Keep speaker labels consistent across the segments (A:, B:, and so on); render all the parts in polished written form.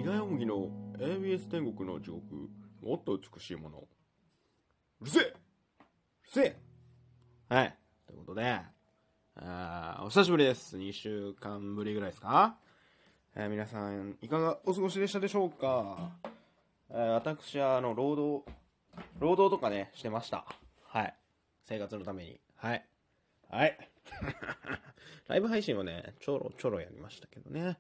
A: 伊賀山木の ABS 天国の地獄、もっと美しいもの。うるせえうるせえはい。ということで、お久しぶりです。2週間ぶりぐらいですか。皆さん、いかがお過ごしでしたでしょうか。私は、労働とかね、してました。はい。生活のために。はい。はい。ライブ配信はね、ちょろやりましたけどね。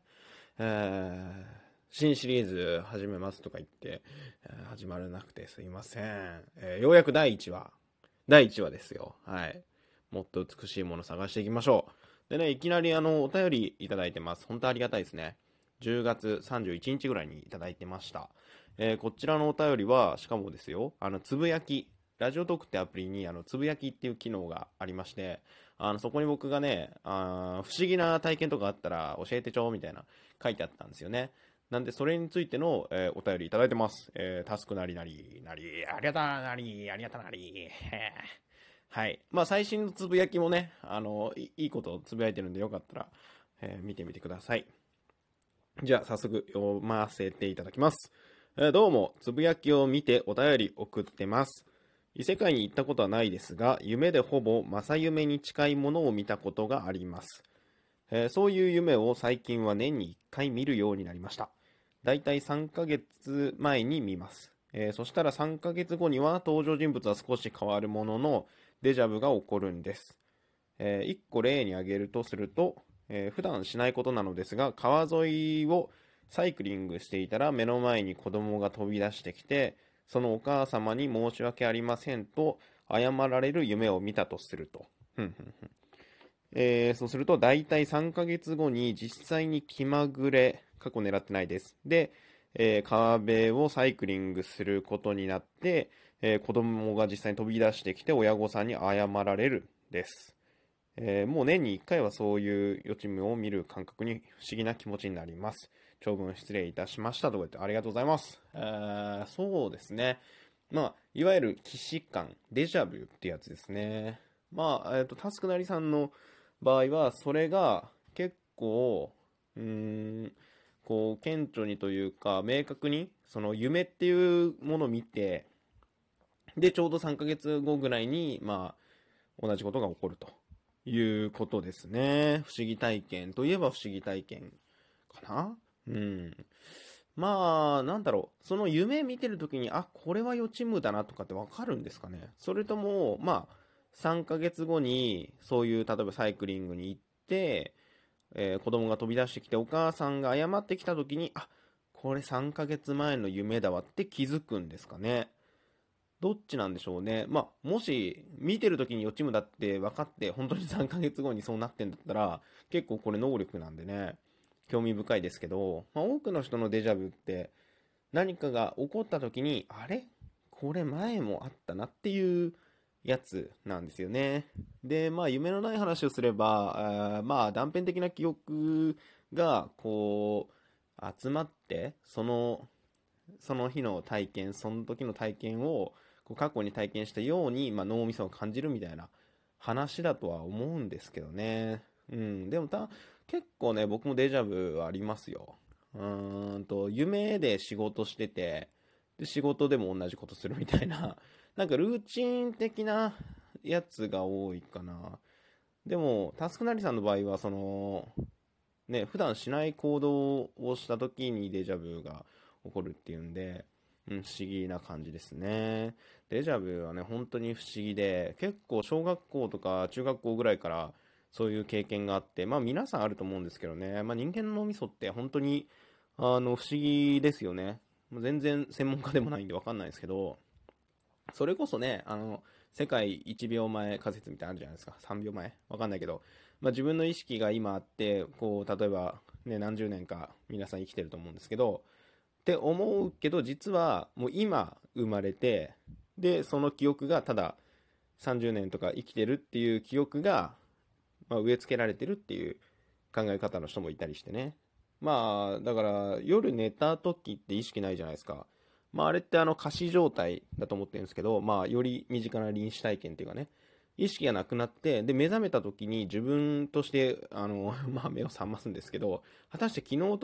A: 新シリーズ始めますとか言って、始まらなくてすいません。ようやく第1話ですよ。はい。もっと美しいもの探していきましょう。でね、いきなりお便りいただいてます。本当ありがたいですね。10月31日ぐらいにいただいてました。こちらのお便りは、しかもですよ、つぶやき、ラジオトークってアプリにつぶやきっていう機能がありまして、そこに僕がね、不思議な体験とかあったら教えてちょみたいな書いてあったんですよね。なんでそれについての、お便りいただいてます。タスクなりなり、ありがたなり、ありがたなり。はい。まあ最新のつぶやきもね、いいことをつぶやいてるんでよかったら、見てみてください。じゃあ早速読ませていただきます。どうも、つぶやきを見てお便り送ってます。異世界に行ったことはないですが、夢でほぼ正夢に近いものを見たことがあります。そういう夢を最近は年に1回見るようになりました。だいたい3ヶ月前に見ます。そしたら3ヶ月後には登場人物は少し変わるものの、デジャブが起こるんです。1個例に挙げるとすると、普段しないことなのですが、川沿いをサイクリングしていたら目の前に子供が飛び出してきて、そのお母様に申し訳ありませんと謝られる夢を見たとすると。そうすると大体3ヶ月後に実際に気まぐれ、過去狙ってないです。で、川辺をサイクリングすることになって、子供が実際に飛び出してきて親御さんに謝られるです。もう年に1回はそういう予知夢を見る感覚に不思議な気持ちになります。長文失礼いたしましたとか言ってありがとうございます。そうですね。まあ、いわゆる既視感、デジャブってやつですね。まあ、タスクなりさんの場合は、それが結構、こう、顕著にというか、明確に、その夢っていうものを見て、で、ちょうど3ヶ月後ぐらいに、まあ、同じことが起こるということですね。不思議体験といえば不思議体験かな。うん。まあ、なんだろう。その夢見てるときに、あ、これは予知夢だなとかってわかるんですかね。それとも、まあ、3ヶ月後に、そういう、例えばサイクリングに行って、子供が飛び出してきて、お母さんが謝ってきたときに、あ、これ3ヶ月前の夢だわって気づくんですかね。どっちなんでしょうね。まあ、もし、見てるときに予知夢だって分かって、本当に3ヶ月後にそうなってんだったら、結構これ能力なんでね、興味深いですけど、まあ、多くの人のデジャブって、何かが起こったときに、あれこれ前もあったなっていうやつなんですよね。で、まあ、夢のない話をすれば、まあ、断片的な記憶が、こう、集まって、その日の体験、その時の体験をこう過去に体験したように、まあ、脳みそを感じるみたいな話だとは思うんですけどね。うん、でも結構ね、僕もデジャブはありますよ。夢で仕事してて、で、仕事でも同じことするみたいな、なんかルーチン的なやつが多いかな。でも、タスクなりさんの場合は、ね、普段しない行動をした時にデジャブが起こるっていうんで、不思議な感じですね。デジャブはね、本当に不思議で、結構小学校とか中学校ぐらいからそういう経験があって、まあ皆さんあると思うんですけどね、まあ人間の脳みそって本当に、不思議ですよね。全然専門家でもないんでわかんないですけど、それこそね、世界1秒前仮説みたいなのあるじゃないですか。3秒前わかんないけど、まあ、自分の意識が今あって、こう、例えば、ね、何十年か皆さん生きてると思うんですけど、って思うけど、実はもう今生まれて、で、その記憶がただ30年とか生きてるっていう記憶が、まあ、植え付けられてるっていう考え方の人もいたりしてね。まあ、だから夜寝た時って意識ないじゃないですか。まあ、あれって仮死状態だと思ってるんですけど、まあ、より身近な臨死体験っていうかね、意識がなくなって、で、目覚めた時に自分として、まあ、目を覚ますんですけど、果たして昨日と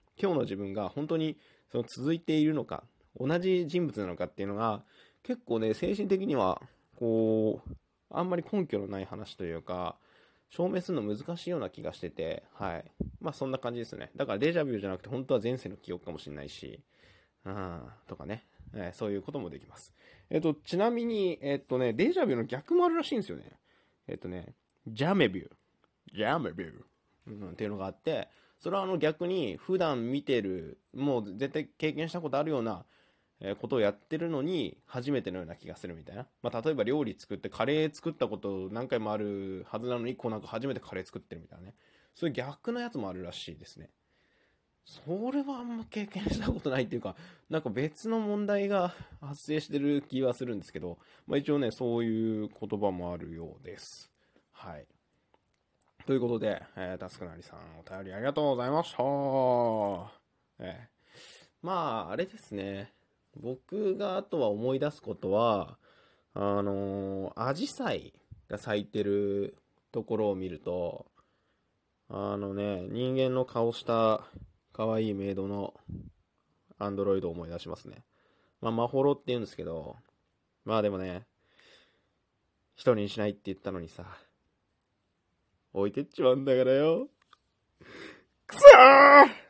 A: 今日の自分が本当にその続いているのか、同じ人物なのかっていうのが、結構ね、精神的には、こう、あんまり根拠のない話というか、証明するの難しいような気がしてて、はい。まあそんな感じですね。だからデジャビューじゃなくて本当は前世の記憶かもしれないし、とかね、そういうこともできます。ちなみに、デジャビューの逆もあるらしいんですよね。ジャメビュー。ジャメビュー。っていうのがあって、それは逆に普段見てる、もう絶対経験したことあるようなことをやってるのに初めてのような気がするみたいな。まあ、例えば料理作ってカレー作ったこと何回もあるはずなのに、なんか初めてカレー作ってるみたいなね。そういう逆のやつもあるらしいですね。それはあんま経験したことないっていうか、なんか別の問題が発生してる気はするんですけど、まあ一応ね、そういう言葉もあるようです。はい。ということで、タスクなりさんお便りありがとうございました。まあ、あれですね。僕があとは思い出すことは、アジサイが咲いてるところを見ると、人間の顔した可愛いメイドのアンドロイドを思い出しますね。まあ、マホロって言うんですけど、まあでもね、一人にしないって言ったのにさ、置いてっちまうんだからよ。くそー